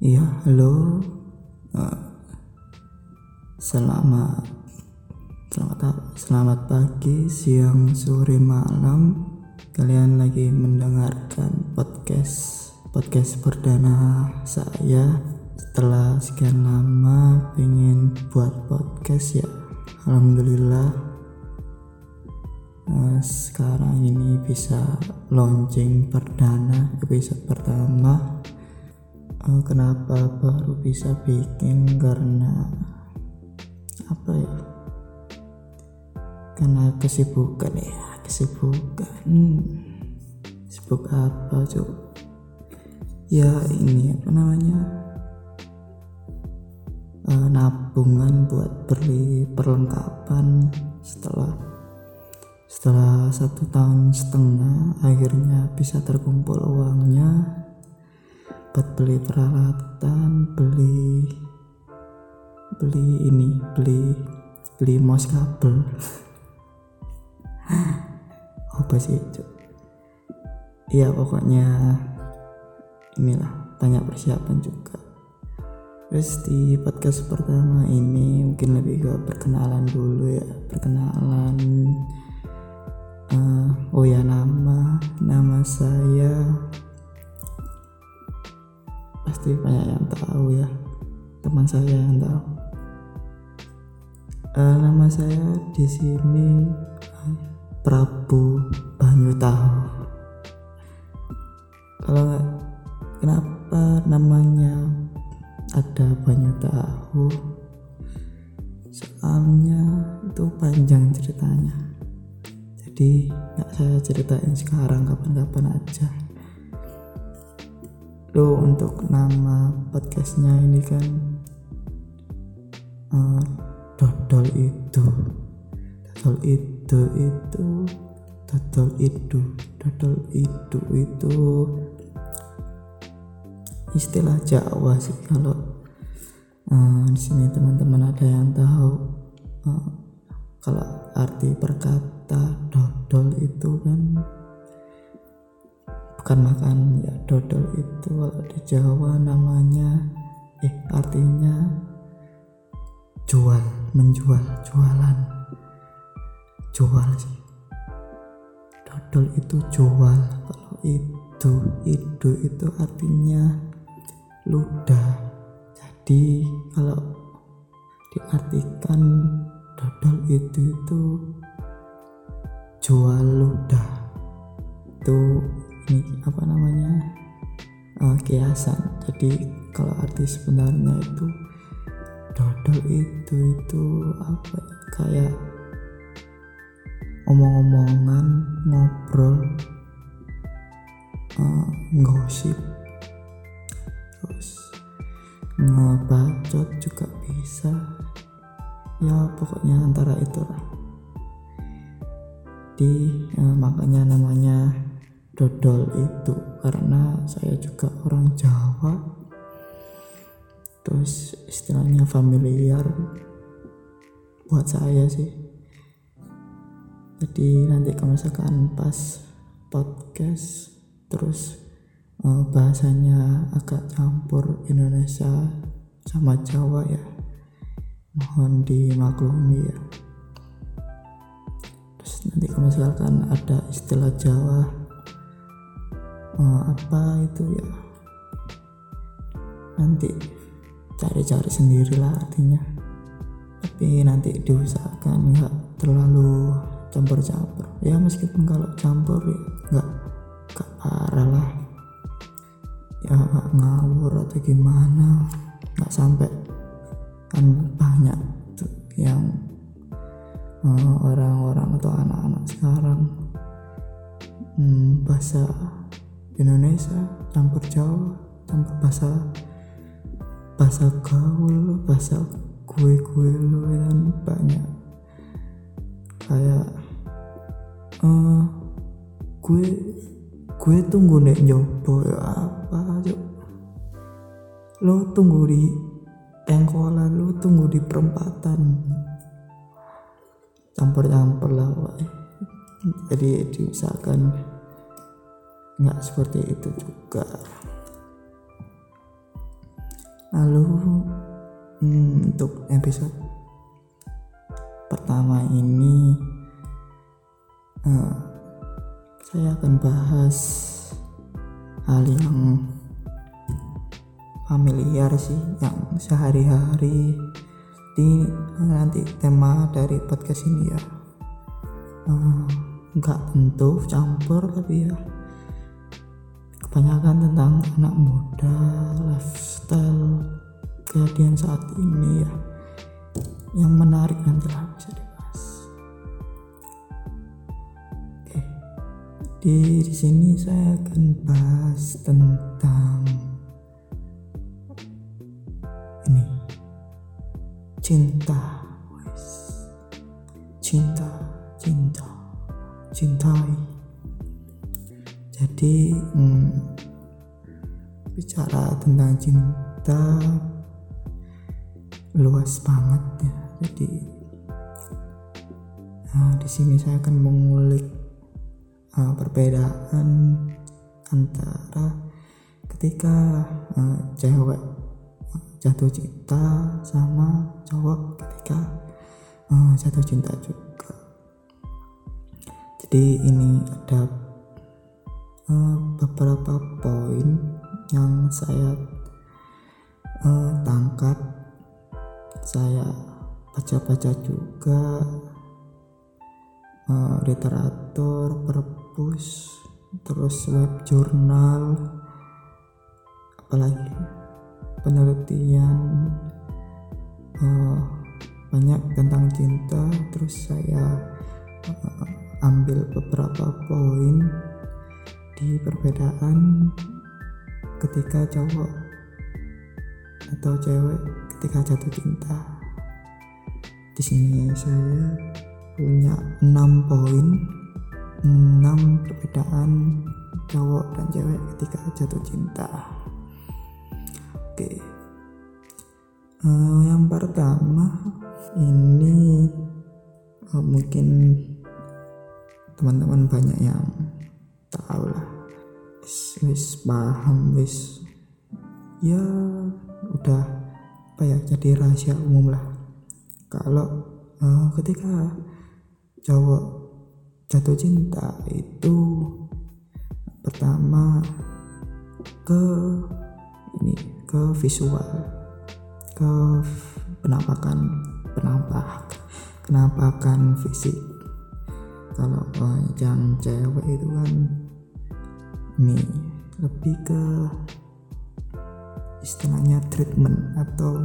Iya, halo. Eh, Selamat selamat pagi, siang, sore, malam. Kalian lagi mendengarkan podcast perdana saya. Setelah sekian lama pengen buat podcast ya. Alhamdulillah. Sekarang ini bisa launching perdana episode pertama. Kenapa baru bisa bikin? Karena apa ya? Karena kesibukan. Sibuk apa cok? Ya ini apa namanya? Nabungan buat beli perlengkapan setelah 1,5 tahun akhirnya bisa terkumpul uangnya buat beli peralatan, beli mouse kabel. Apa sih itu? Iya pokoknya inilah, banyak persiapan juga. Terus di podcast pertama ini mungkin lebih ke perkenalan dulu ya. Nama saya pasti banyak yang tahu ya, teman saya yang tahu. Nama saya di sini Prabu Banyu Tahu. Kalau nggak, kenapa namanya ada Banyu Tahu? Soalnya itu panjang ceritanya. Jadi nggak saya ceritain sekarang, kapan-kapan aja. Untuk nama podcastnya ini kan dodol itu istilah Jawa sih. Kalau di sini teman-teman ada yang tahu, kalau arti perkata dodol itu kan bukan makan ya. Dodol itu kalau di Jawa namanya artinya jual sih. Dodol itu jual. Kalau itu artinya ludah. Jadi kalau diartikan dodol itu jual ludah. Itu ini apa namanya, kiasan. Jadi kalau arti sebenarnya itu dodol itu apa ya, kayak omong-omongan, ngobrol, ngosip, terus ngebacot juga bisa ya, pokoknya antara itulah. Makanya namanya dodol itu, karena saya juga orang Jawa, terus istilahnya familiar buat saya sih. Jadi nanti kalau misalkan pas podcast terus bahasanya agak campur Indonesia sama Jawa ya, mohon dimaklumi ya. Terus nanti kalau misalkan ada istilah Jawa apa itu ya, nanti cari sendirilah artinya. Tapi nanti diusahakan nggak terlalu campur-campur ya, meskipun kalau campur ya nggak parah lah ya, nggak ngawur atau gimana, nggak sampai. Kan banyak tuh yang orang-orang atau anak-anak sekarang bahasa Indonesia campur Jawa, campur bahasa gaul, bahasa gue lo kan banyak. Kayak gue tunggu nek njobo ya, apa aja lo tunggu di tengkolan, lo tunggu di perempatan, campur-campur lah woy. Jadi diusahakan nggak seperti itu juga. Lalu untuk episode pertama ini saya akan bahas hal yang familiar sih, yang sehari-hari di nanti tema dari podcast ini ya. Nggak tentu campur, tapi ya kebanyakan tentang anak muda, lifestyle, kejadian saat ini ya, yang menarik nantilah bisa dibahas. Oke, di sini saya akan bahas tentang ini, cintai. Jadi bicara tentang cinta luas banget ya. Jadi di sini saya akan mengulik perbedaan antara ketika cewek jatuh cinta sama cowok ketika jatuh cinta juga. Jadi ini ada beberapa poin yang saya tangkap, saya baca-baca juga literatur, perpus, terus web jurnal, apalagi penelitian banyak tentang cinta. Terus saya ambil beberapa poin di perbedaan ketika cowok atau cewek ketika jatuh cinta. Di sini saya punya 6 poin, 6 perbedaan cowok dan cewek ketika jatuh cinta. Oke. Yang pertama ini mungkin teman-teman banyak yang tahu lah, wis paham, wis ya udah jadi rahasia umum lah. Kalau ketika cowok jatuh cinta itu pertama ke visual, ke penampakan fisik. Kalau yang cewek itu kan ini lebih ke istilahnya treatment atau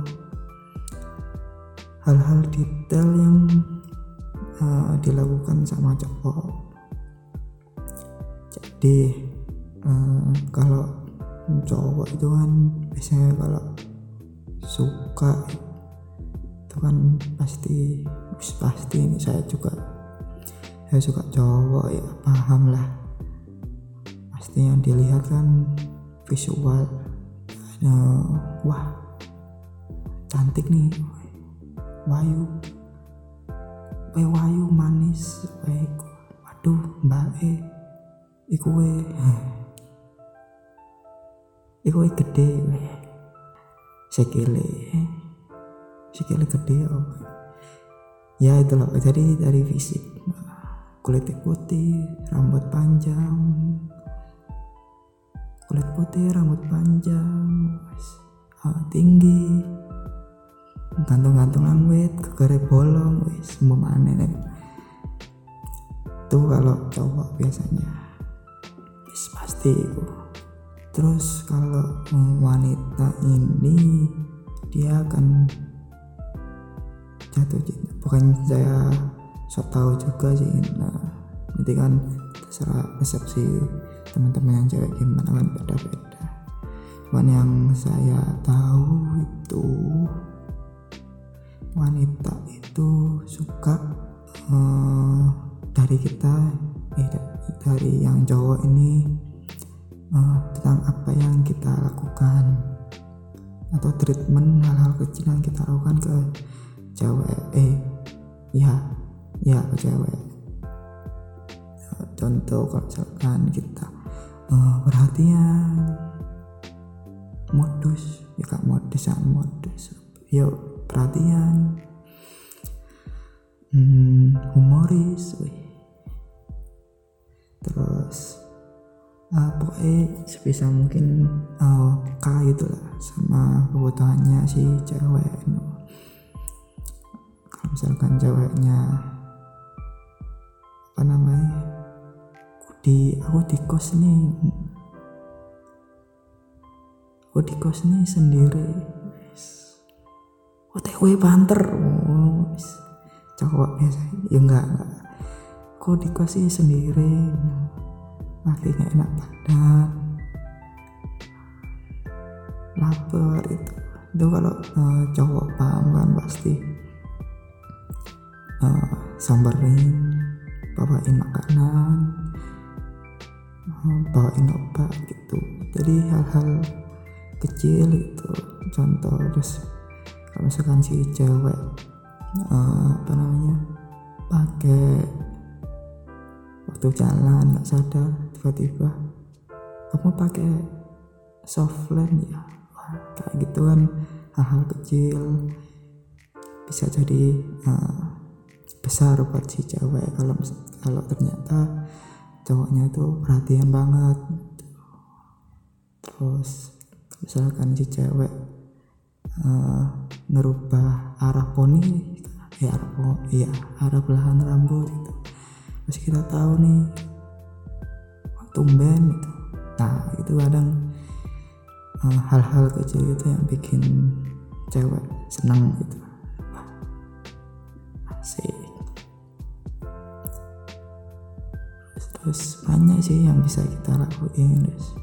hal-hal detail yang dilakukan sama cowok. Jadi kalau cowok itu kan biasanya kalau suka itu kan pasti ini saya suka cowok ya, paham lah, pasti yang dilihat kan visual. Wah cantik nih, wayu manis, waduh mbak iku gede, sikile gede ya itulah. Jadi dari fisik, kulit putih, rambut panjang, tinggi, gantung-gantungan wit, gegere bolong, semua aneh. Itu kalau cowok biasanya pasti itu. Terus kalau wanita ini dia akan jatuh cinta, bukan saya sok tahu juga sih. Nanti kan terserah persepsi teman-teman yang cewek gimana, kan beda-beda. Cuman yang saya tahu itu wanita itu suka dari kita, dari yang cowok ini tentang apa yang kita lakukan atau treatment hal-hal kecil yang kita lakukan ke cewek, ke cewek. Contoh kalau misalkan kita perhatian, modus ya gak modus yo perhatian, humoris terus pokoknya sebisa mungkin peka gitu lah sama kebutuhannya si cewek. Kalau misalkan ceweknya apa namanya aku di kos nih sendiri, OTW banter, cowok biasa ya enggak aku di kos sih sendiri, akhirnya enak badan, lapar itu kalau cowok paham kan pasti samberin, bawain makanan, bawain obat gitu. Jadi hal-hal kecil itu contoh. Terus kalau misalkan si cewek pakai waktu jalan nggak sadar tiba-tiba kamu pakai softland ya, kayak gitu kan hal-hal kecil bisa jadi besar buat si cewek kalau ternyata cowoknya itu perhatian banget. Terus misalkan si cewek ngerubah arah poni arah belahan rambut gitu, terus kita tahu nih tumben gitu. Nah itu kadang hal-hal kecil itu yang bikin cewek senang gitu. Asik. Terus banyak sih yang bisa kita lakuin.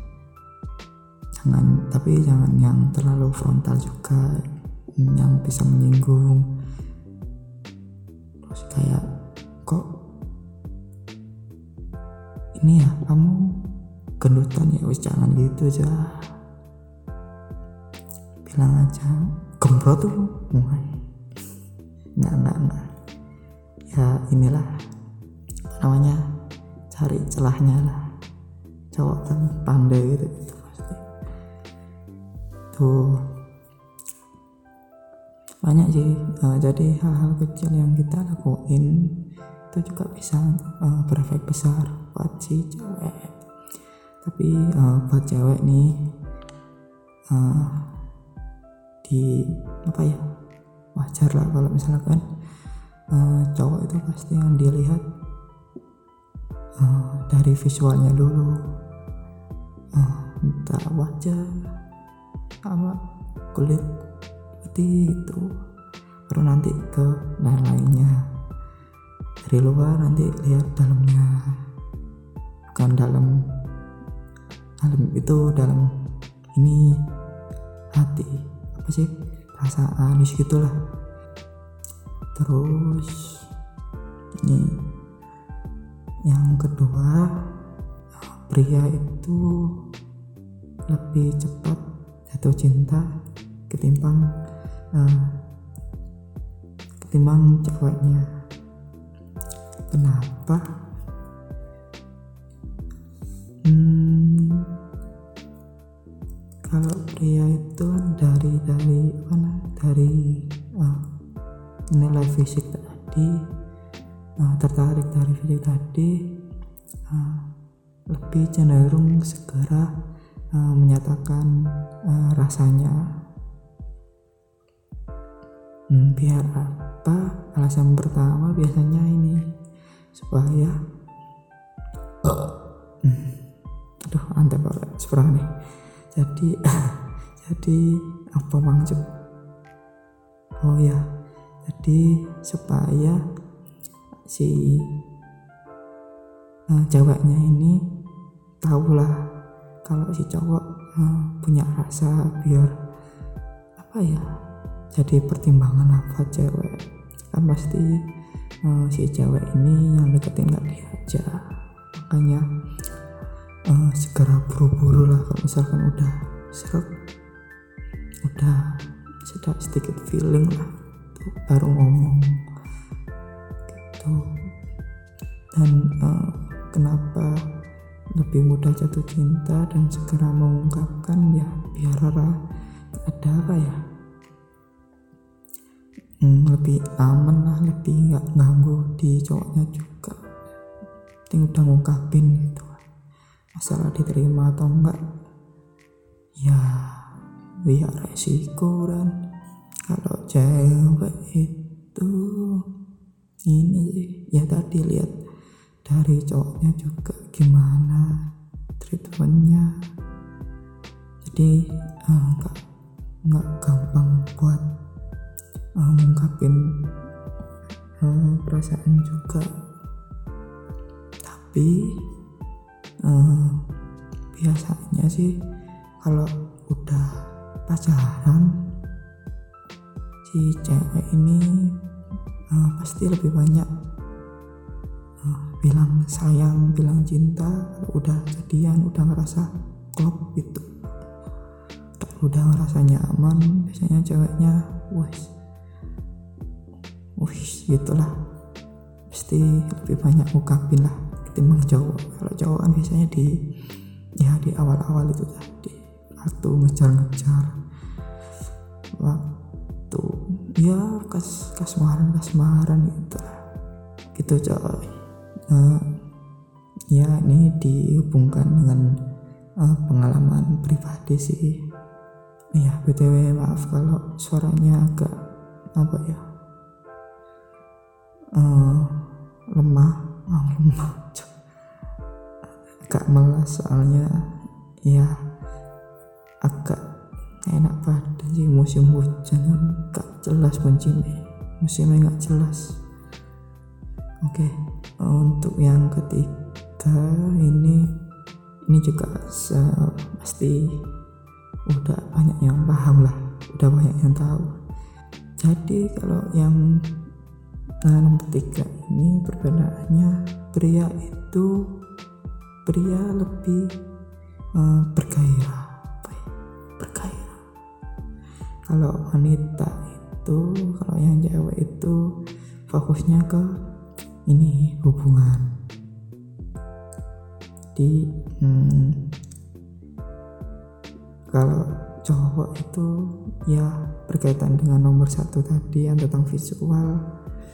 Jangan yang terlalu frontal juga, yang bisa menyinggung. Terus kayak kok ini ya kamu gendutan ya, jangan gitu aja, bilang aja gembrot tuh mulai enggak ya, inilah apa namanya, cari celahnya lah, cowok kan pandai gitu pasti. Tuh banyak sih, jadi hal-hal kecil yang kita lakuin itu juga bisa berefek besar buat si cewek. Tapi buat cewek nih wajar lah kalau misalkan cowok itu pasti yang dilihat dari visualnya dulu, entah wajah sama kulit putih itu, baru nanti ke lain-lainnya. Dari luar nanti lihat dalamnya, bukan dalam itu, dalam ini hati, apa sih, perasaan gitulah. Terus ini yang kedua, pria itu lebih cepat jatuh cinta ketimbang ceweknya. Kenapa? Kalau pria itu dari nilai fisik tadi, tertarik dari fisik tadi, lebih cenderung segera menyatakan rasanya. Biar apa? Alasan pertama biasanya ini supaya antep banget seperah nih. Jadi apa maksud? Oh ya, jadi supaya si ceweknya ini tahulah kalau si cowok punya rasa, biar apa ya, jadi pertimbangan apa cewek. Kan pasti si cewek ini yang deketin gak dia aja, makanya segera buru-buru lah. Kalau misalkan udah sedikit feeling lah tuh, baru ngomong gitu. Dan kenapa lebih mudah jatuh cinta dan segera mengungkapkan, ya biar ada apa ya, lebih aman lah, lebih nggak ganggu di cowoknya juga. Penting udah ngungkapin gitu, masalah diterima atau enggak ya biar resiko. Dan kalau cewek itu ini sih ya tadi lihat dari cowoknya juga gimana treatmentnya, jadi nggak gampang buat ngungkapin perasaan juga. Tapi biasanya sih kalau udah pacaran si cewek ini pasti lebih banyak bilang sayang, bilang cinta. Kalau udah jadian, udah ngerasa klop gitu, udah ngerasa nyaman, biasanya ceweknya wis gitulah, pasti lebih banyak ngungkapin lah ketimbang cowok. Kalau cowok kan biasanya di awal-awal itu tadi, waktu ngejar-ngejar, waktu ya kasmaran gitu coy. Ya ini dihubungkan dengan pengalaman pribadi sih ya. BTW maaf kalau suaranya agak lemah agak melas, soalnya ya agak enak badan sih. Musim hujan kan gak jelas musimnya gak jelas. Oke, untuk yang ketiga ini juga pasti udah banyak yang paham lah, udah banyak yang tahu. Jadi kalau yang nomor 3 ini perbedaannya, pria lebih bergairah. Kalau wanita itu, kalau yang cewek itu fokusnya ke ini hubungan. Jadi kalau cowok itu ya berkaitan dengan nomor 1 tadi yang tentang visual.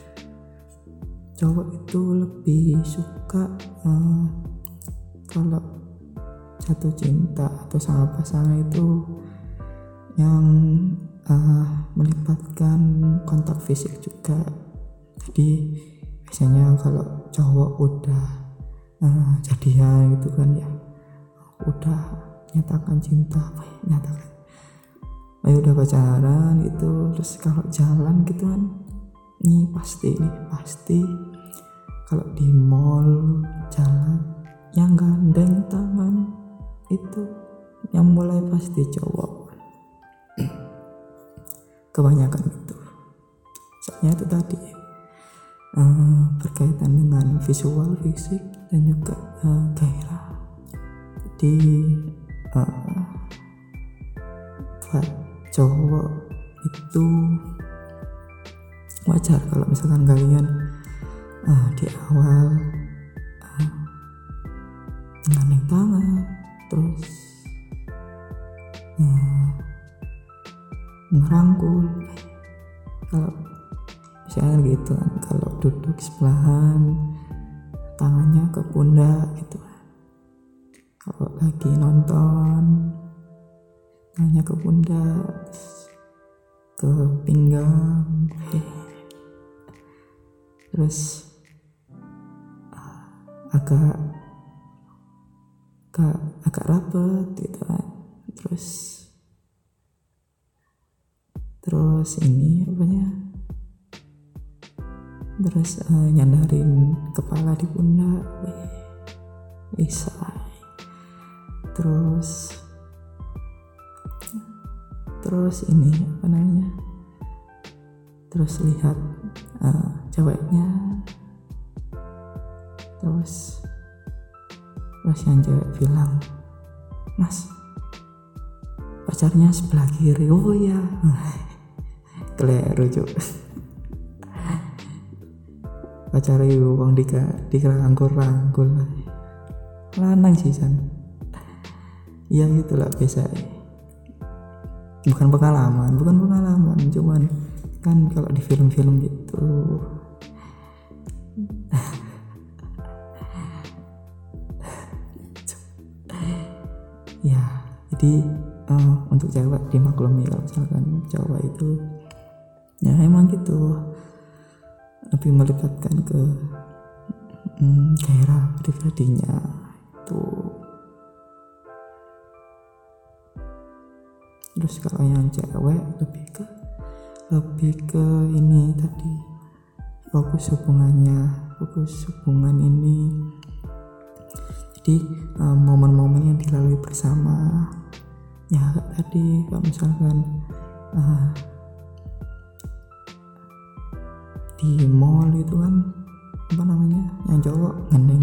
Cowok itu lebih suka kalau jatuh cinta atau sama pasangan itu yang melibatkan kontak fisik juga. Jadi biasanya kalau cowok udah jadian gitu kan ya, udah nyatakan cinta, udah pacaran gitu, terus kalau jalan gitu kan, ini pasti kalau di mall jalan yang gandeng tangan itu yang mulai pasti cowok. Kebanyakan itu soalnya itu tadi berkaitan dengan visual, fisik, dan juga gairah. Jadi buat cowok itu wajar kalau misalkan kalian di awal ngandeng tangan, terus ngerangkul, kalau misalnya gitu kan, kalau duduk sebelahan tangannya ke pundak gitu, kalau lagi nonton tangannya ke pundak, ke pinggang, terus agak rapet gitu kan, terus ini nyandarin kepala di pundak, bisa. Terus ini terus lihat ceweknya, terus yang cewek bilang, "Mas, pacarnya sebelah kiri." Oh ya, keliru juga. Pacar ibu wong dirangkul lanang sih san. Ya gitulah biasa. bukan pengalaman, cuman kan kalau di film-film gitu ya. Jadi untuk cewek dimaklumi kalau misalkan cowok itu ya emang gitu, lebih melibatkan ke gairah pribadinya itu. Terus kalau yang cewek lebih ke ini tadi, fokus hubungan ini. Jadi momen-momen yang dilalui bersama ya tadi, kalau misalkan di mall itu kan apa namanya, yang cowok ngandeng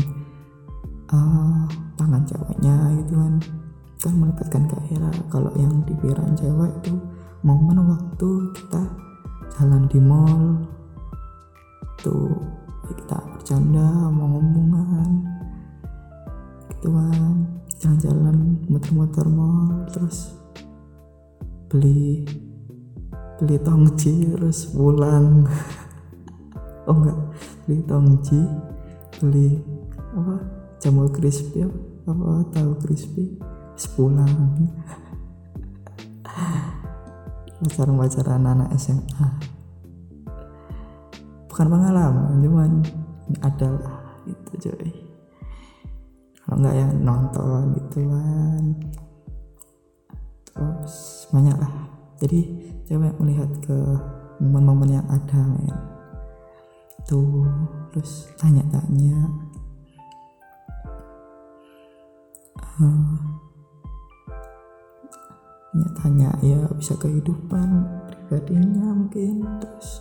tangan ceweknya gitu kan melibatkan gairah. Kalau yang dipikiran cewek itu momen waktu kita jalan di mall tuh, kita bercanda, ngomong-ngomongan gitu kan, jalan-jalan muter-muter mall, terus beli tongji terus pulang oh enggak, beli tongji, beli apa, jamur crispy apa tahu crispy, terus pulang. Pacaran anak SMA, bukan pengalaman, cuman adalah itu coy. Kalau enggak ya nonton gitu kan, terus banyak lah. Jadi cewek melihat ke momen-momen yang ada men tuh, terus tanya-tanya ya bisa kehidupan pribadinya mungkin, terus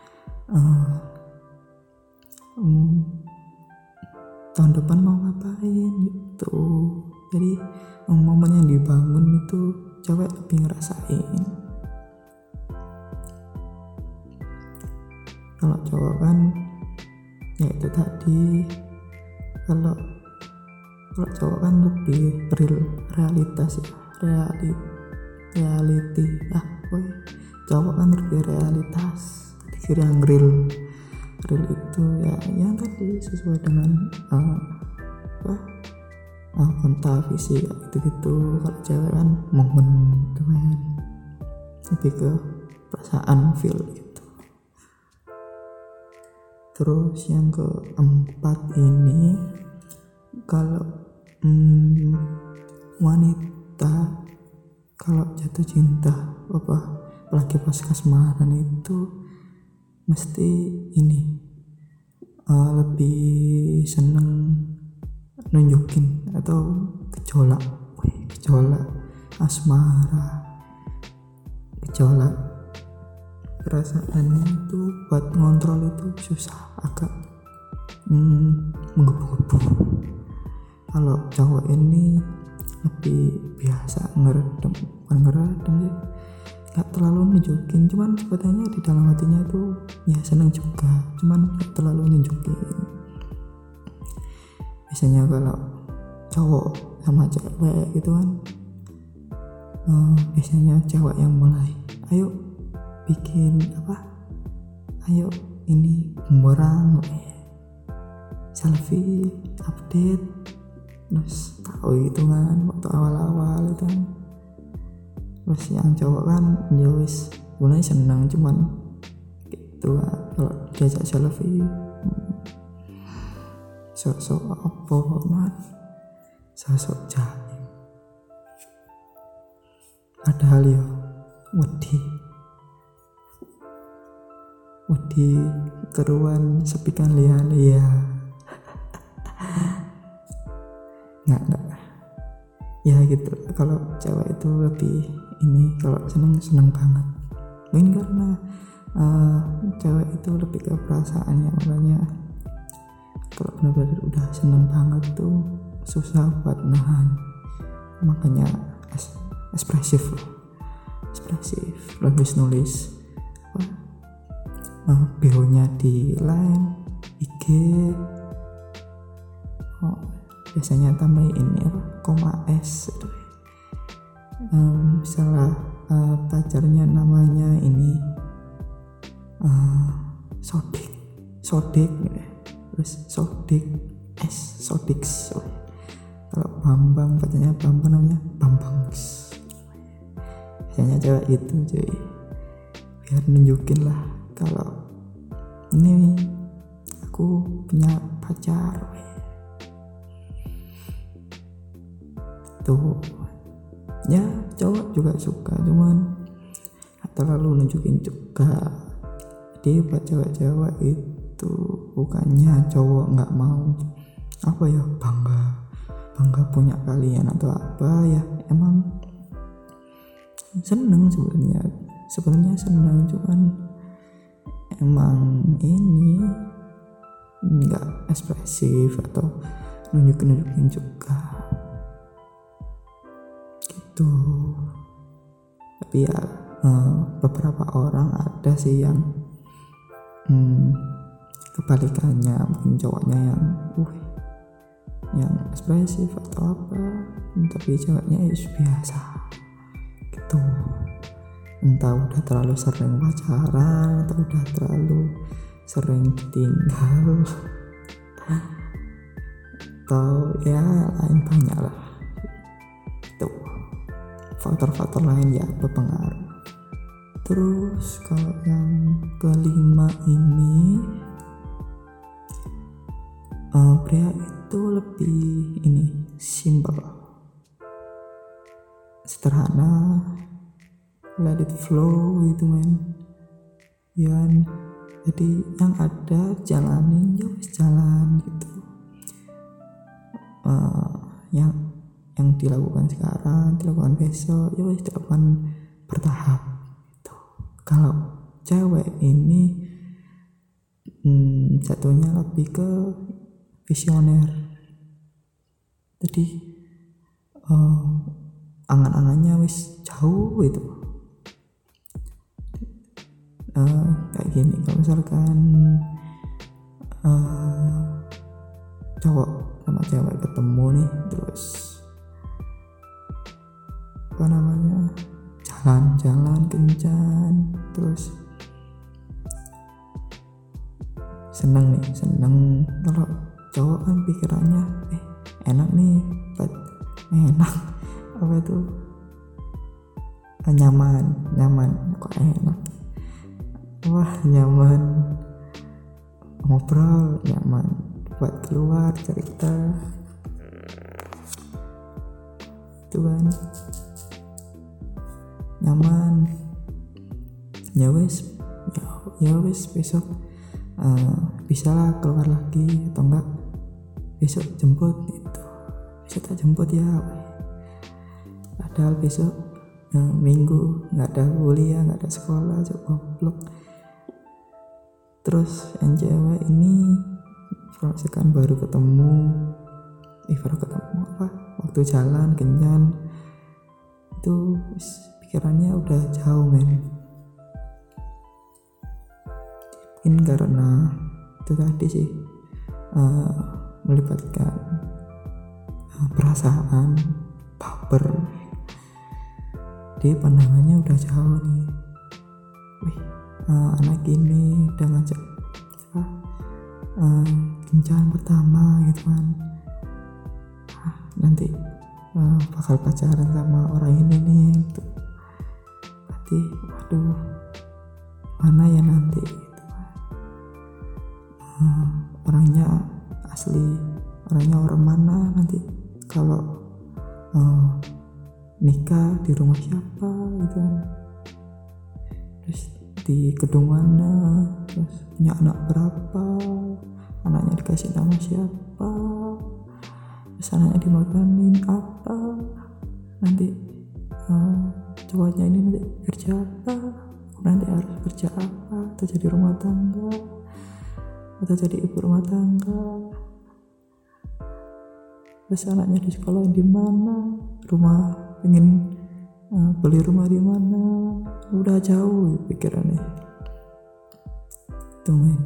tahun depan mau ngapain gitu. Jadi momen yang dibangun itu cewek lebih ngerasain. Kalau cowok kan ya itu tadi, kalau cowok kan lebih realitas ya, reality cowok kan lebih realitas, pikir yang real itu ya yang tadi sesuai dengan konta visi gitu. Kalau cewek kan momen gitu kan, lebih ke perasaan feel gitu. Terus yang keempat ini, kalau wanita kalau jatuh cinta apalagi pas kasmaran itu mesti ini lebih seneng nunjukin atau gejolak asmara, gejolak perasaannya itu buat ngontrol itu susah, agak menggebu-gebu. Kalau cowok ini lebih biasa ngeredem sih, gak terlalu nunjukin, cuman sebetulnya di dalam hatinya tuh ya seneng juga, cuman gak terlalu nunjukin. Biasanya kalau cowok sama cewek gitu kan, biasanya cewek yang mulai, ayo bikin ayo ini bumerang, selfie, update, terus tahu gitu kan waktu awal-awal itu kan. Terus yang cowok kan ya wis mulai senang, cuman gitu kan kalau diajak selfie sosok apa man, sosok jaim, padahal ya wedi keruan sepikan lia-lia. nggak ya gitu. Kalau cewek itu lebih ini, kalau seneng banget mungkin karena cewek itu lebih ke perasaannya, makanya kalau benar-benar udah seneng banget tuh susah buat nahan, makanya ekspresif nulis bio-nya di line IG, biasanya tambahin ini koma S itu misalnya pacarnya namanya ini Sodik terus Sodik. Kalau Bambang pacarnya Bambang namanya Bambang. Biasanya cewek itu cuy, biar nunjukin lah kalau ini aku punya pacar tuh. Ya cowok juga suka, cuman gak terlalu nunjukin juga. Jadi buat cewek-cewek itu bukannya cowok nggak mau bangga punya kalian atau apa ya, emang seneng sebenarnya seneng, cuman emang ini nggak ekspresif atau nunjukin juga gitu. Tapi ya beberapa orang ada sih yang kebalikannya, mungkin cowoknya yang ekspresif atau apa, tapi ceweknya biasa gitu. Entah udah terlalu sering pacaran atau udah terlalu sering ditinggal atau ya lain banyak lah itu, faktor-faktor lain ya berpengaruh. Terus kalau yang kelima ini, pria itu lebih simple, sederhana, let it flow gitu men ya. Jadi yang ada jalanin, jalan gitu. Yang dilakukan sekarang, dilakukan besok, dilakukan bertahap. Kalau cewek ini jatuhnya lebih ke visioner. Jadi angan-angannya wis jauh itu. Kayak gini, kalau misalkan cowok sama cewek ketemu nih, terus jalan kencan, terus seneng. Kalau cowok kan pikirannya enak nih, apa itu, nyaman kok enak, wah nyaman ngobrol, nyaman buat keluar cerita itu kan, nyaman. Ya wes besok bisa lah keluar lagi, atau enggak besok jemput itu, bisa tak jemput ya, padahal besok minggu nggak ada kuliah, nggak ada sekolah, coba goblok. Terus yang cewek ini sekarang baru ketemu waktu jalan kencan itu pikirannya udah jauh men. Mungkin karena itu tadi sih, melibatkan perasaan, baper, dia pandangannya udah jauh nih. Anak ini udah ngajak kencan pertama gitu kan, nanti bakal pacaran sama orang ini nih gitu. Berarti waduh, mana ya nanti gitu. Orangnya asli, orangnya orang mana nanti, kalau nikah di rumah siapa gitu kan, terus di gedung mana, terus punya anak berapa, anaknya dikasih nama siapa, terus anaknya dimakanin apa, nanti cowoknya ini nanti kerja apa, nanti harus kerja apa, atau jadi rumah tangga, atau jadi ibu rumah tangga, terus anaknya di sekolah di mana, pengen beli rumah di mana, udah jauh pikirannya tuh men.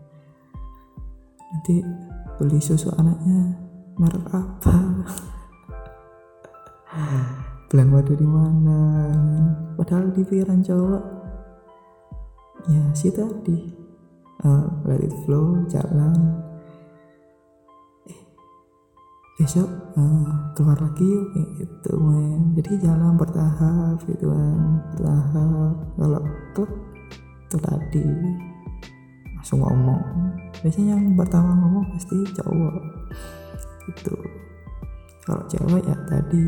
Nanti beli susu anaknya merek apa bilang waduh di mana, padahal di pikiran cowok ya si tadi let it flow, jalan, besok keluar lagi yuk kayak gitu men. Jadi jalan bertahap gitu kan, bertahap. Kalau klub itu tadi langsung ngomong, biasanya yang pertama ngomong pasti cowok gitu. Kalau cewek ya tadi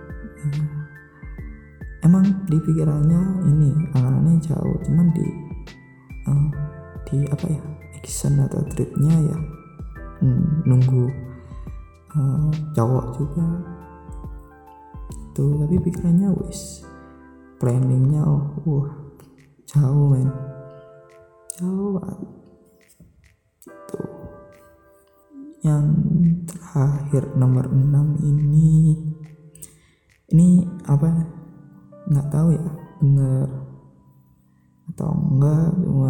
emang di pikirannya ini anganannya jauh, cuman di apa ya, action atau treatnya ya nunggu cowok juga tuh, tapi pikirannya wis planningnya jauh men, jauh banget tuh. Yang terakhir nomor 6 ini apa, nggak tahu ya bener atau enggak,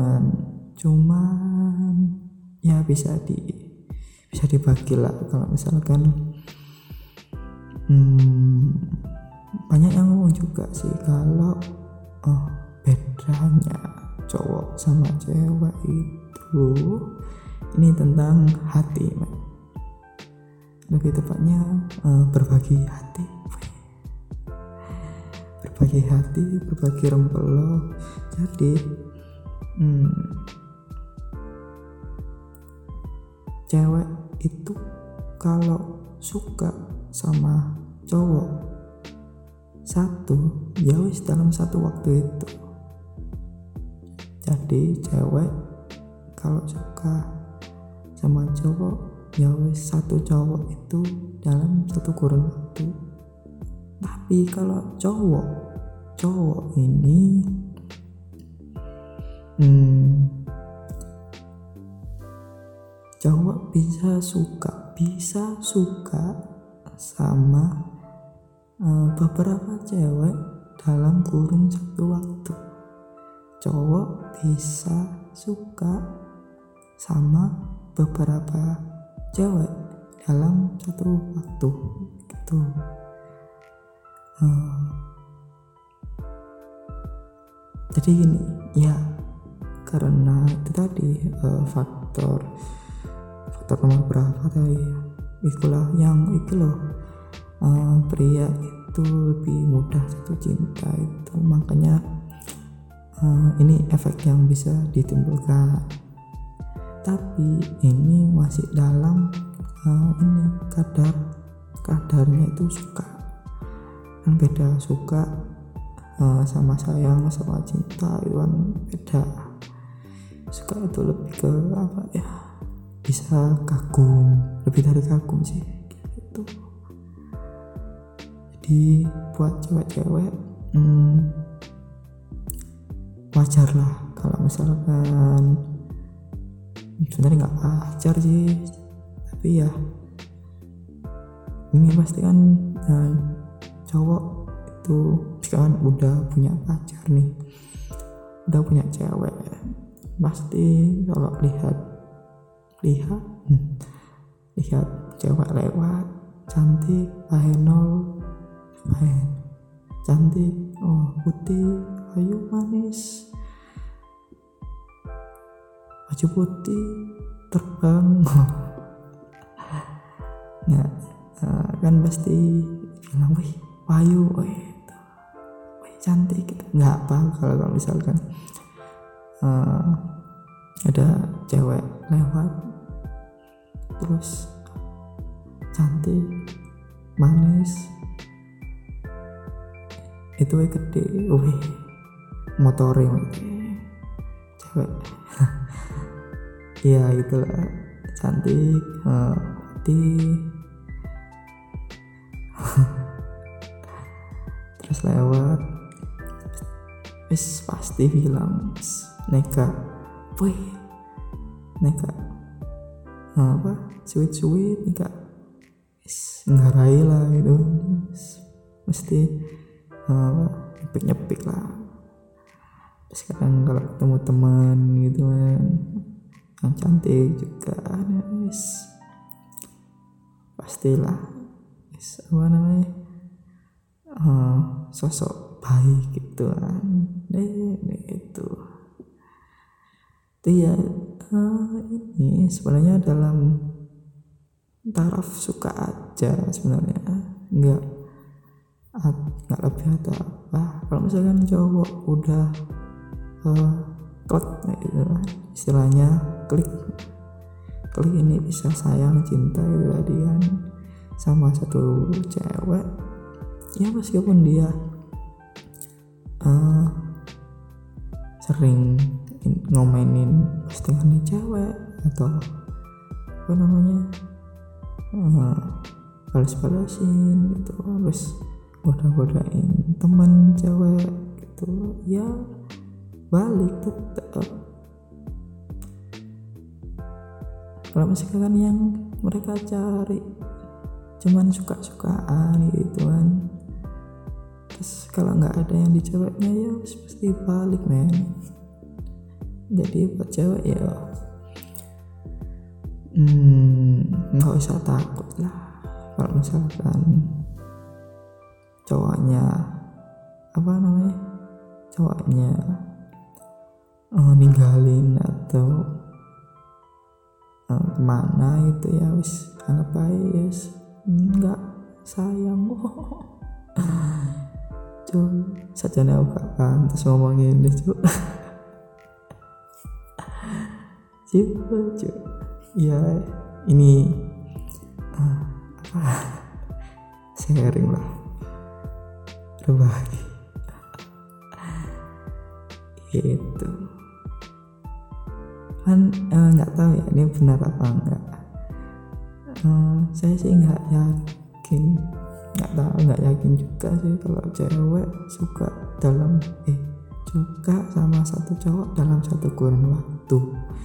cuman ya bisa dibagi lah. Kalau misalkan banyak yang ngomong juga sih kalau bedanya cowok sama cewek itu ini tentang hati man. Lebih tepatnya berbagi hati, berbagi rempelo. Jadi cewek itu kalau suka sama cowok satu ya wis dalam satu waktu itu. Jadi cewek kalau suka sama cowok ya wis satu cowok itu dalam satu kurun waktu. Tapi kalau cowok ini cowok bisa suka sama beberapa cewek dalam kurun satu waktu. Cowok bisa suka sama beberapa cewek dalam satu waktu gitu. Jadi gini ya, karena itu tadi faktor nomor berapa tadi itulah yang itu loh, pria itu lebih mudah jatuh cinta itu, makanya ini efek yang bisa ditimbulkan. Tapi ini masih dalam ini kadarnya itu suka kan beda. Suka sama sayang sama cinta itu kan beda. Suka itu lebih ke apa ya, bisa kagum, lebih dari kagum sih gitu. Jadi buat cewek-cewek wajar lah kalau misalkan sebenarnya nggak wajar sih, tapi ya ini pasti kan cowok itu sekarang udah punya pacar nih, udah punya cewek, pasti kalau lihat cewek lewat cantik, cantik, putih, ayu, manis, baju putih, terbang ya kan pasti bilang wih payu, wih cantik gitu. Nggak apa kalau misalkan ada cewek lewat terus cantik, manis, itu gede, motoring cewek ya itulah cantik, putih terus lewat wis pasti bilang neka apa sweet neka wis ngarai lah gitu, mesti nyepik lah. Sekarang kalau ketemu teman gitu kan yang cantik juga pastilah apa namanya sosok baik gitu kan. Itu ya ini sebenarnya dalam taraf suka aja sebenarnya, nggak lebih atau apa. Kalau misalkan cowok udah klik gitu kan, istilahnya klik ini bisa sayang cinta gitu tadi kan sama satu cewek, ya meskipun dia sering ngomenin postingannya cewek atau apa namanya balas-balasin gitu, terus godain teman cewek gitu, ya balik tetap. Kalau misalkan yang mereka cari cuman suka-sukaan gitu kan, terus kalau nggak ada yang di ceweknya ya pasti balik men. Jadi buat cewek ya nggak usah takut lah kalau misalkan cowoknya ninggalin atau kemana itu, ya wis anggap aja yes, nggak sayang cuy. Sajane aku gak pantas ngomongin ini cuy. Cuy ya ini sharing lah, berbagi itu kan. Nggak tahu ya ini benar apa enggak. Saya sih nggak yakin juga sih kalau cewek suka sama satu cowok dalam satu kurun waktu.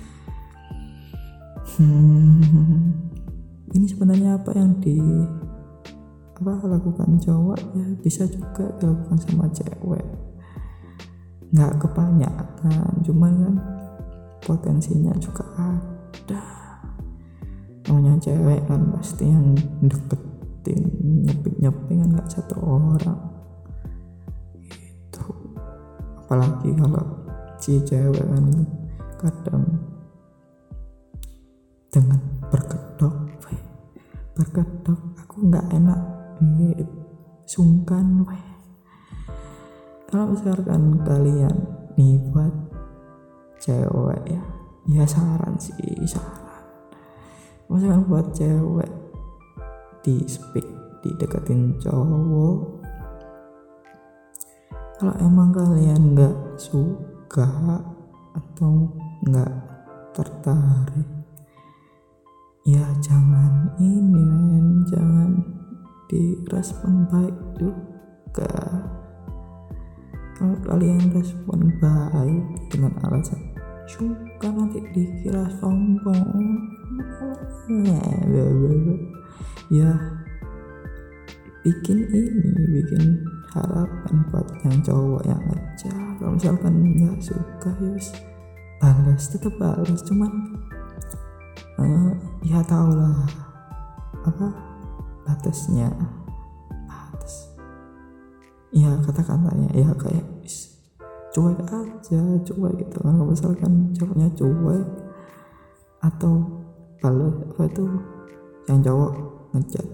Ini sebenarnya apa yang lakukan cowok ya bisa juga dilakukan sama cewek, nggak kebanyakan, cuman kan potensinya juga ada. Namanya cewek kan pasti yang deketin, nyeping kan nggak satu orang gitu. Apalagi kalau si cewek kan kadang dengan berkedok aku nggak enak sungkan Kalau misalkan kalian nih buat cewek ya saran misalkan buat cewek dideketin cowok, kalau emang kalian nggak suka atau nggak tertarik, ya jangan direspon baik juga. Kalau kalian respon baik dengan alasan suka, nanti dikira sombong ya bikin harapan buat yang cowok yang aja. Kalau misalkan nggak suka ya tetap balas, cuman ya tau lah batasnya. Ya kata-katanya ya kayak cuek aja gitu kan. Kalau misalkan cowoknya cuek atau balas yang cowok ngechat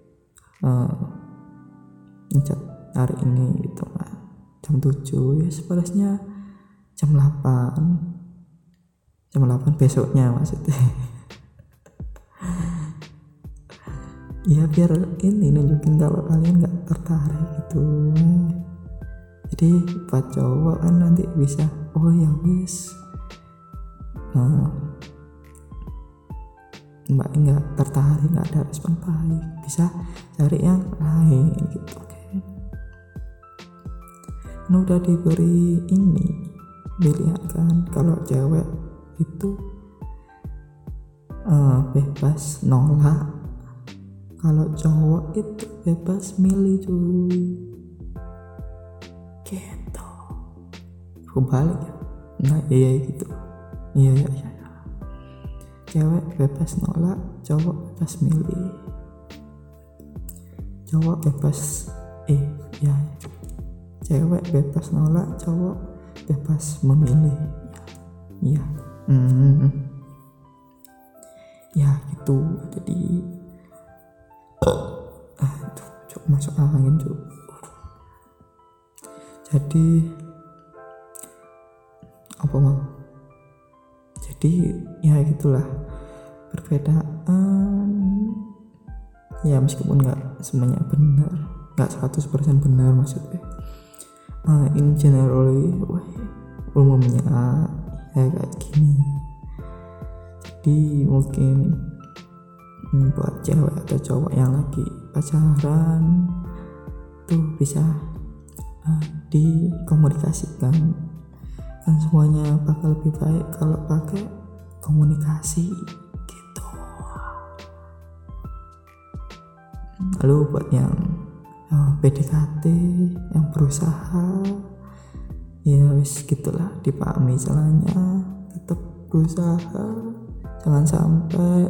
hari ini gitu kan jam 7, ya balasnya jam 8 besoknya maksudnya. Ya biar ini nunjukin kalau kalian nggak tertarik gitu. Jadi buat cowok kan nanti bisa ya wis mbak nggak tertarik, nggak ada respon baik, bisa cari yang lain gitu kan. Udah diberi pilihan kan, kalau cewek itu bebas nolak, kalau cowok itu bebas milih cuy gitu. Kebalik ya? Enggak, iya gitu. Iya. Cewek bebas nolak, cowok bebas milih. Cowok bebas ya cewek bebas nolak, cowok bebas memilih. Ya ya gitu. Jadi cuk masuk angin cuk. Jadi apa mau, jadi ya gitulah, perbedaan ya meskipun nggak semuanya benar, nggak 100% benar maksudnya, in generally umumnya ya kayak gini. Jadi mungkin buat cewek atau cowok yang lagi pacaran tuh bisa dikomunikasikan, kan semuanya bakal lebih baik kalau pakai komunikasi gitu. Lalu buat yang PDKT, yang berusaha, ya wis gitulah, dipahami caranya, tetap berusaha, jangan sampai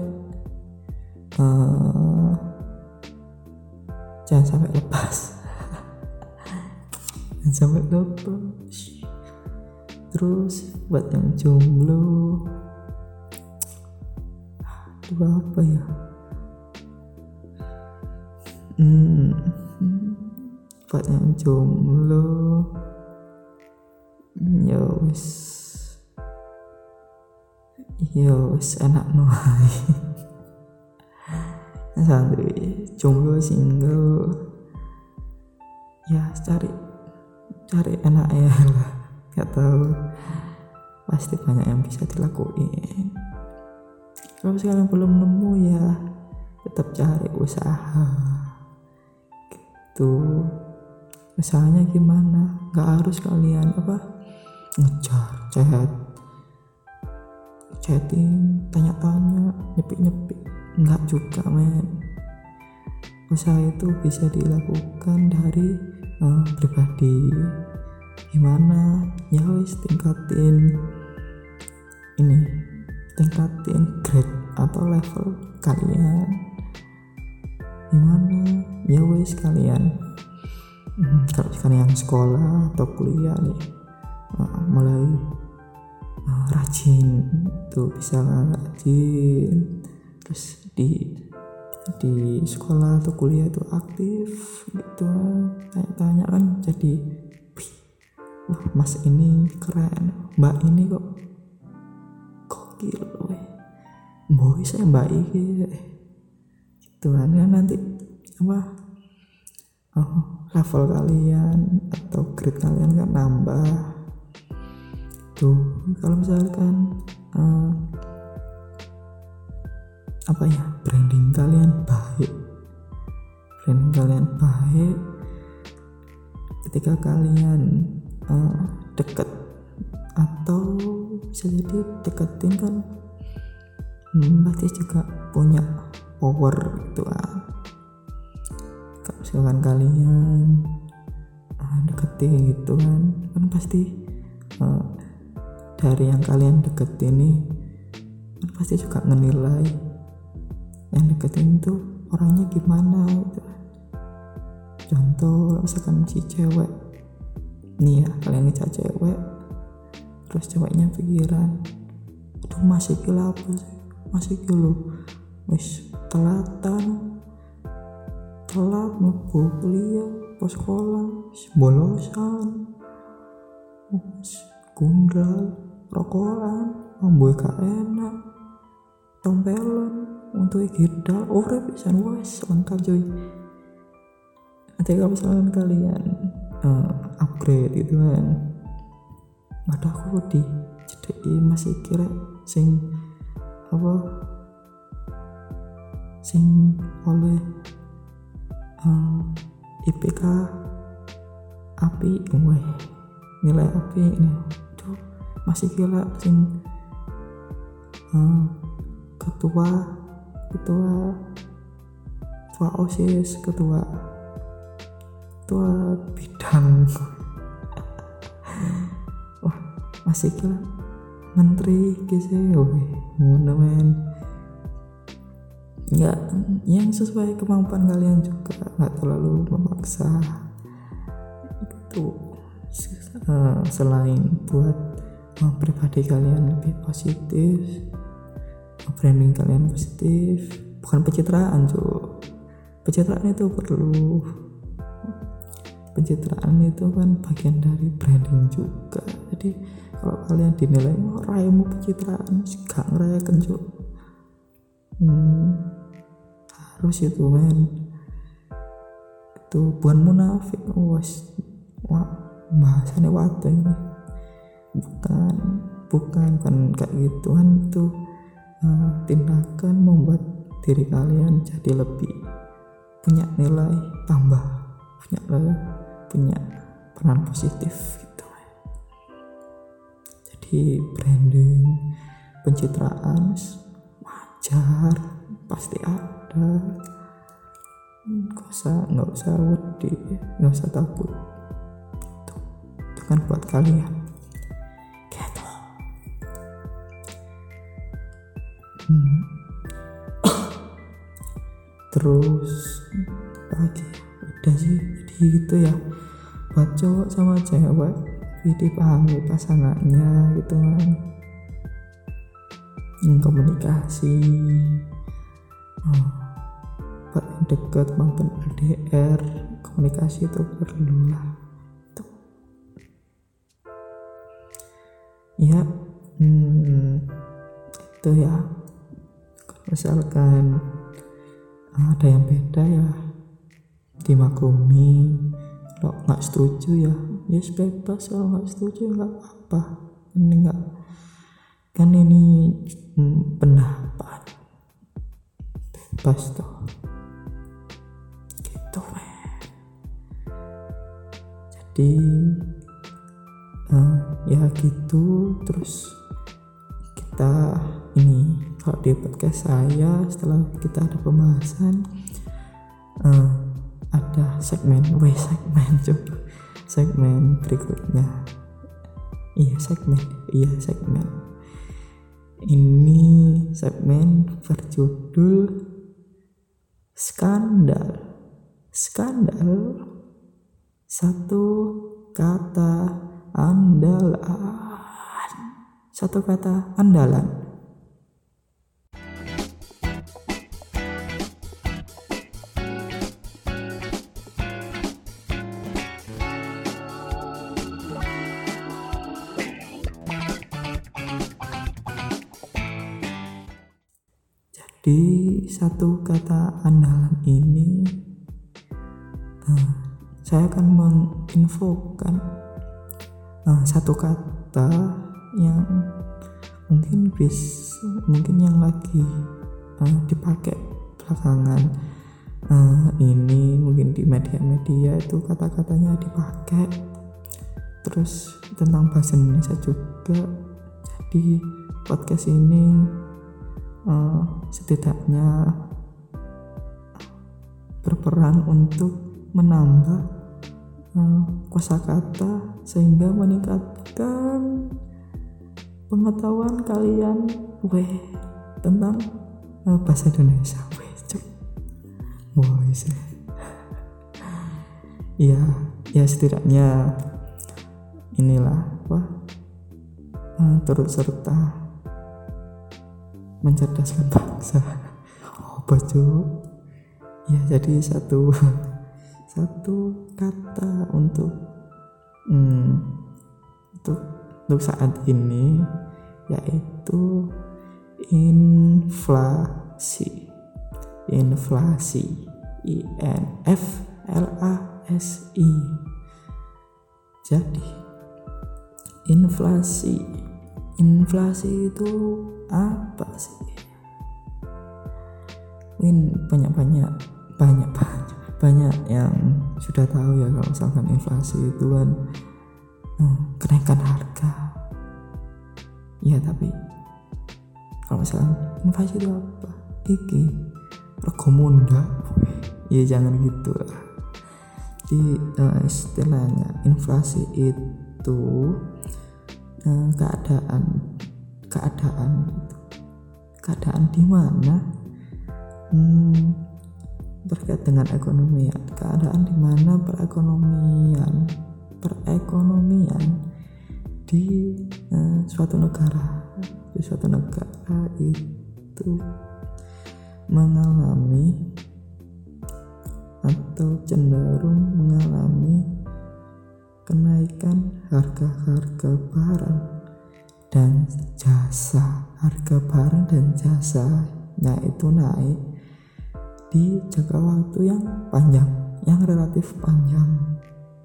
lepas. Jangan sampai lepas. Terus buat yang jomblo, itu apa ya? Buat yang jomblo, ya wis enak noai. Santuy, jomblo single, ya cari enak ya lah. Gak tahu, pasti banyak yang bisa dilakuin. Kalau sekarang belum nemu ya tetap cari usaha gitu. Usahanya gimana? Gak harus kalian ngejar, chatting, tanya-tanya, nyepik-nyepik, enggak juga men. Usaha itu bisa dilakukan dari pribadi. Gimana? Ya wis tingkatin grade atau level kalian. Gimana? Ya wis kalian kalau sekarang yang sekolah atau kuliah nih, mulai rajin tuh, bisa rajin, terus di sekolah atau kuliah itu aktif gitu, tanya-tanya kan, jadi mas ini keren, mbak ini kok gokil boy, saya mbak ini gitu kan, nanti level kalian atau grade kalian kan nambah tuh. Kalau misalkan branding kalian baik ketika kalian deket atau bisa jadi deketin kan, pasti juga punya power gitu kan. Kalau misalkan kalian deketin gitu kan pasti dari yang kalian deketin nih kan pasti juga ngenilai yang deketin itu orangnya gimana gitu. Contoh misalkan si cewek nih ya, kalian ngechat cewek, terus ceweknya pikiran, aduh masih gila apa sih, masih gila wis telat mlebu kuliah, pas sekolah bolosan, gundal, rokokan, mambu gak enak, tompelan untuk gidal, urip pisan wis lengkap coy. Nanti kalau misalkan kalian upgrade gitu kan, waduh aku di cedeki masih kira sing oleh IPK api, nilai api ini tuh masih gila sing ketua OSIS, ketua bidang wah masih gila menteri gitu ngono men. Ya yang sesuai kemampuan kalian juga, nggak terlalu memaksa itu selain buat pribadi kalian lebih positif, branding kalian positif, bukan pencitraan cuy. Pencitraan itu perlu, pencitraan itu kan bagian dari branding juga. Jadi kalau kalian dinilai raimu pencitraan, gak ngerayakan cuy, harus itu men, itu bukan munafik. Bahasanya wadah ini bukan kayak gitu kan. Itu tindakan membuat diri kalian jadi lebih punya nilai tambah, punya peran positif gitu. Jadi branding, pencitraan wajar, pasti ada. Nggak usah wedi, nggak usah takut. Itu kan buat kalian gitu. Terus lagi udah sih, jadi gitu ya, buat cowok sama cewek dipahami pasangannya gitu kan, komunikasi, buat yang deket maupun LDR, komunikasi itu perlu lah tuh ya. Itu ya, misalkan ada yang beda ya dimaklumi. Kalau nggak setuju ya bebas, kalau nggak setuju nggak apa-apa. Ini nggak kan, ini pendapat bebas tuh gitu. Jadi ya gitu. Terus kita ini kalau di podcast saya, setelah kita ada pembahasan, ada segmen berikutnya. Segmen ini berjudul skandal. Satu kata andalan. Di satu kata andalan ini saya akan menginfokan satu kata yang mungkin yang lagi dipakai belakangan ini, mungkin di media-media itu kata-katanya dipakai. Terus tentang bahasa Indonesia juga. Jadi podcast ini setidaknya berperan untuk menambah kosakata sehingga meningkatkan pengetahuan kalian tentang bahasa Indonesia. Ya setidaknya inilah turut serta mencerdaskan bangsa. Ya, jadi satu kata untuk saat ini yaitu inflasi. INFLASI. Jadi inflasi itu apa sih? Mungkin banyak yang sudah tahu ya, kalau misalkan inflasi itu kan kenaikan harga. Ya, tapi kalau misalkan inflasi itu apa? Rego munda. Ya jangan gitu lah. Di istilahnya inflasi itu keadaan di mana berkait dengan ekonomi, keadaan di mana perekonomian perekonomian di suatu negara itu mengalami atau cenderung mengalami kenaikan harga barang dan jasa. Harga barang dan jasanya itu naik di jangka waktu yang relatif panjang.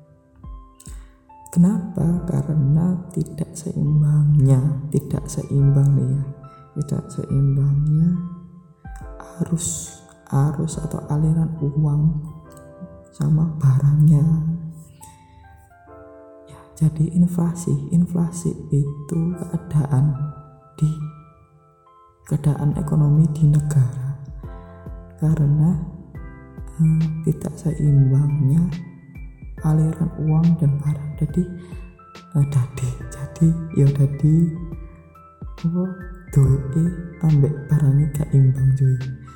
Kenapa? Karena tidak seimbangnya arus atau aliran uang sama barangnya. Ya, jadi inflasi itu keadaan ekonomi di negara karena tidak seimbangnya aliran uang dan barang. Jadi duwe ambek barangnya gak imbang cuy.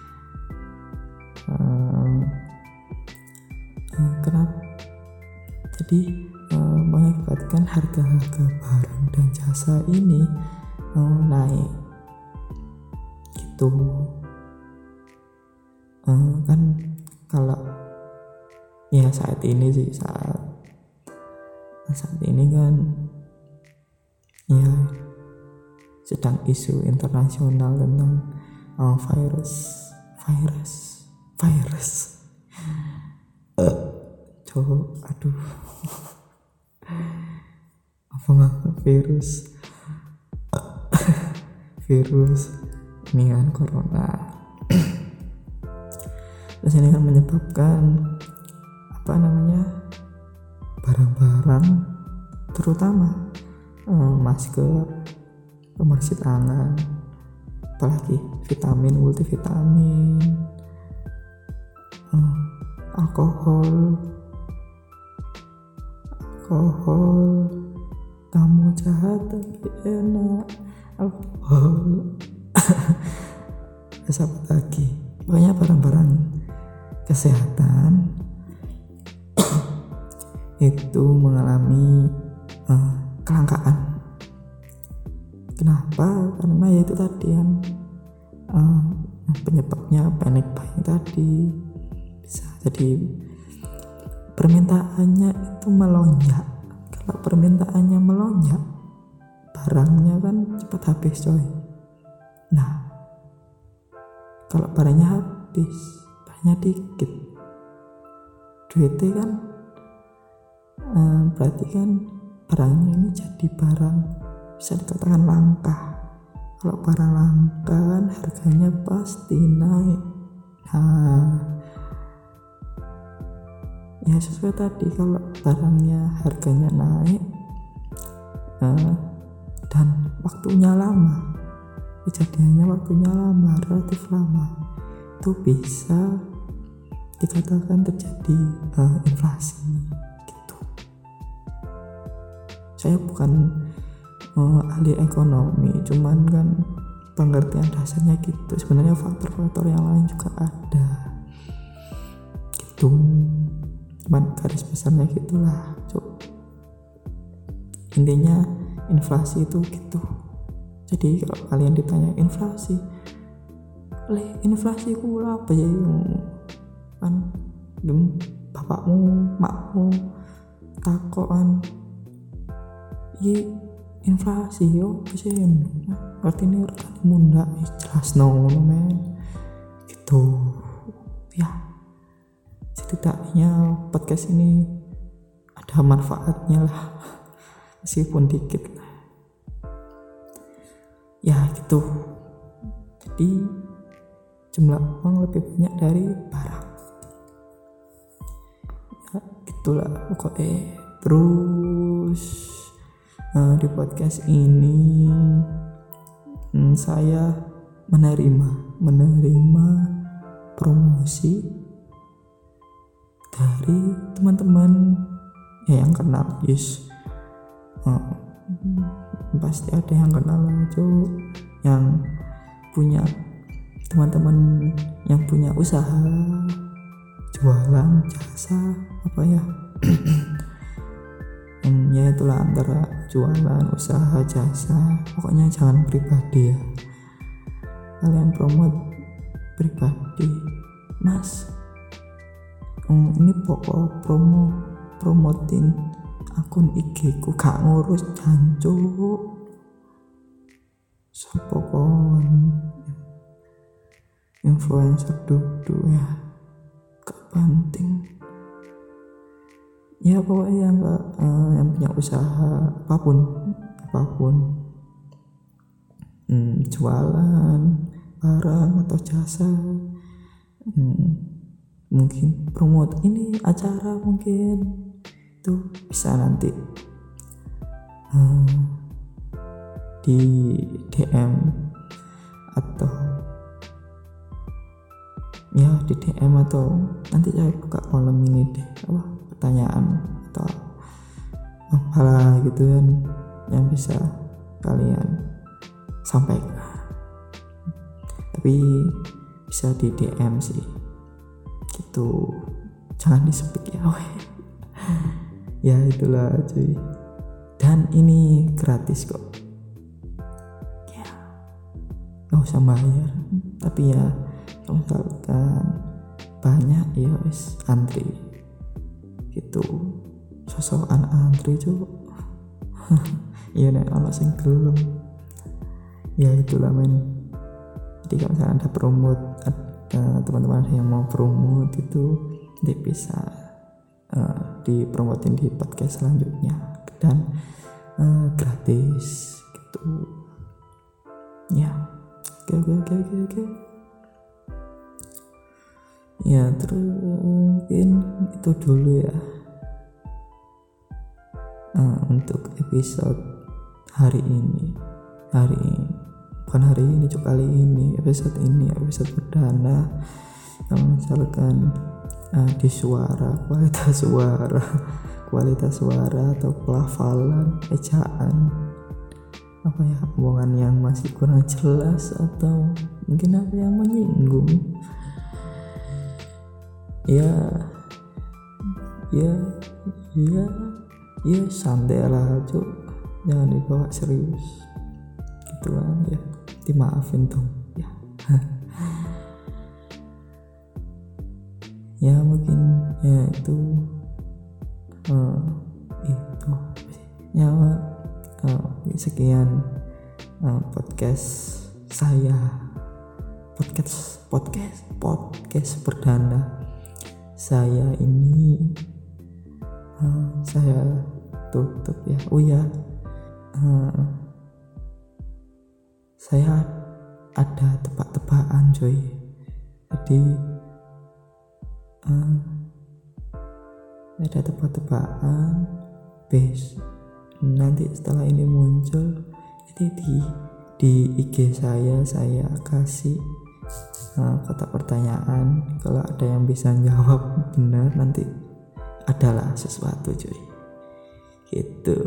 Kenapa? Jadi mengakibatkan harga barang dan jasa ini naik gitu. Kan kalau ya saat ini kan ya sedang isu internasional tentang virus virus ini kan corona. Terus ini kan menyebabkan barang-barang terutama masker, pembersih tangan, apalagi vitamin, multivitamin, alkohol, kamu jahat tapi enak, alkohol, apa lagi, banyak barang-barang kesehatan itu mengalami kelangkaan. Kenapa? Karena ya itu tadi yang penyebabnya panic buying tadi. Bisa jadi permintaannya itu melonjak. Kalau permintaannya melonjak, barangnya kan cepat habis coy. Nah, kalau barangnya habis, barangnya dikit, duitnya kan berarti kan barangnya ini jadi barang bisa dikatakan langka. Kalau barang langka kan harganya pasti naik. Nah, ya sesuai tadi, kalau barangnya harganya naik dan waktunya lama, kejadiannya waktunya lama, relatif lama, itu bisa dikatakan terjadi inflasi gitu. Saya bukan ahli ekonomi, cuman kan pengertian dasarnya gitu. Sebenarnya faktor-faktor yang lain juga ada gitu, cuman garis besarnya gitulah. Intinya inflasi itu gitu. Jadi kalau kalian ditanya inflasi ku apa ya, kan bapakmu, makmu takokan iki inflasi yo bisa artinya rekanmu ndak jelas ngono men gitu ya. Setidaknya podcast ini ada manfaatnya lah, meskipun dikit lah ya gitu. Jadi jumlah uang lebih banyak dari barang ya, gitulah pokoknya. Terus di podcast ini saya menerima promosi dari teman-teman ya yang kenal, pasti ada yang kenal aja, yang punya teman-teman yang punya usaha jualan jasa ya itulah antara jualan, usaha, jasa, pokoknya jangan pribadi ya. Kalian promote pribadi, mas ini pokok promotin akun IG ku gak ngurus jancuk, sopo kon influencer duduk ya, gak penting ya. Pokoknya yang punya usaha apapun jualan barang atau jasa, mungkin promote ini acara, mungkin itu bisa nanti di DM atau ya di DM atau nanti saya buka kolom ini deh, pertanyaan atau apalah gitu kan yang bisa kalian sampaikan, tapi bisa di DM sih gitu, jangan di-speak ya. Ya itulah cuy, dan ini gratis kok ya, gak usah bayar. Tapi ya kalau misalkan banyak ya wis antri gitu, sosokan antri cuy. Iya nek ono sing gelem ya itulah men. Jadi kalau misalkan ada promote, teman-teman yang mau promote itu dia bisa dipromotin di podcast selanjutnya dan gratis gitu ya. Oke. Ya terus mungkin itu dulu ya untuk episode hari ini, bukan hari ini cuma kali ini, episode perdana. Kalau misalkan di kualitas suara atau pelafalan, ejaan, omongan yang masih kurang jelas atau mungkin apa yang menyinggung ya santai lah cuk, jangan dibawa serius gitu kan ya, dimaafin dong ya. Ya mungkin ya itu ya sekian podcast saya, podcast perdana saya ini. Saya tutup ya. Saya ada tebak-tebakan coy, jadi ada tebak-tebakan base nanti setelah ini muncul. Jadi di IG saya kasih kotak pertanyaan, kalau ada yang bisa jawab benar nanti adalah sesuatu cuy gitu.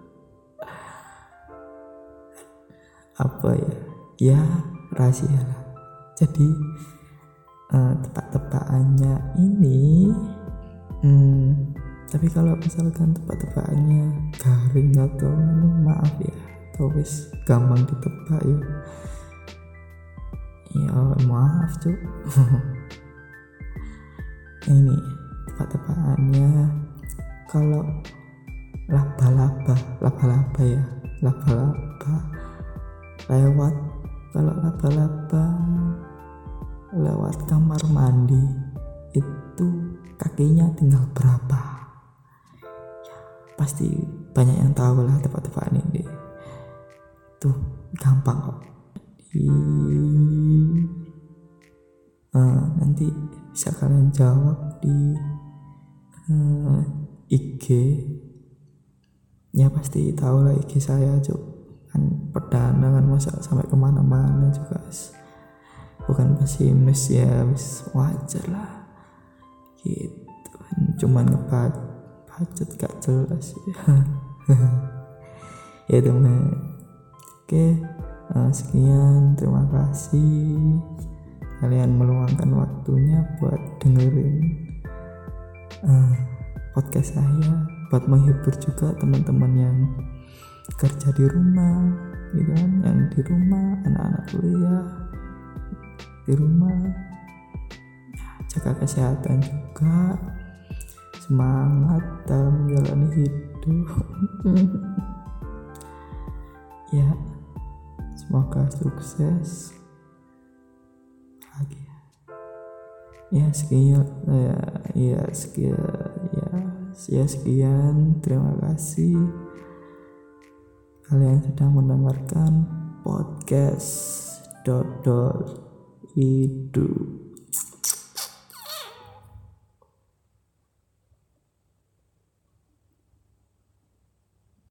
Apa ya rahasia lah. Jadi tebak-tebakannya ini tapi kalau misalkan tebak-tebakannya garing atau maaf ya, atau wis gampang ditebak ya maaf cuk. Ini tebak-tebakannya, kalau laba-laba lewat kamar mandi itu kakinya tinggal berapa ya, pasti banyak yang tahu lah tebak-tebakan ini tuh, gampang kok. Nanti bisa kalian jawab di IG ya, pasti tahu lah IG saya cuk, kan perdana kan, masa sampai kemana-mana juga bukan pesimis ya, wis wajar lah gitu, cuman ngebacot gak jelas ya. Ya teman. Oke, sekian, terima kasih kalian meluangkan waktunya buat dengerin podcast saya buat menghibur juga teman-teman yang kerja di rumah gitu kan, yang di rumah, anak-anak kuliah di rumah, jaga kesehatan juga, semangat dalam menjalani hidup. Ya, semoga sukses lagi ya. Sekian, terima kasih kalian sudah mendengarkan podcast Dodol Hidup.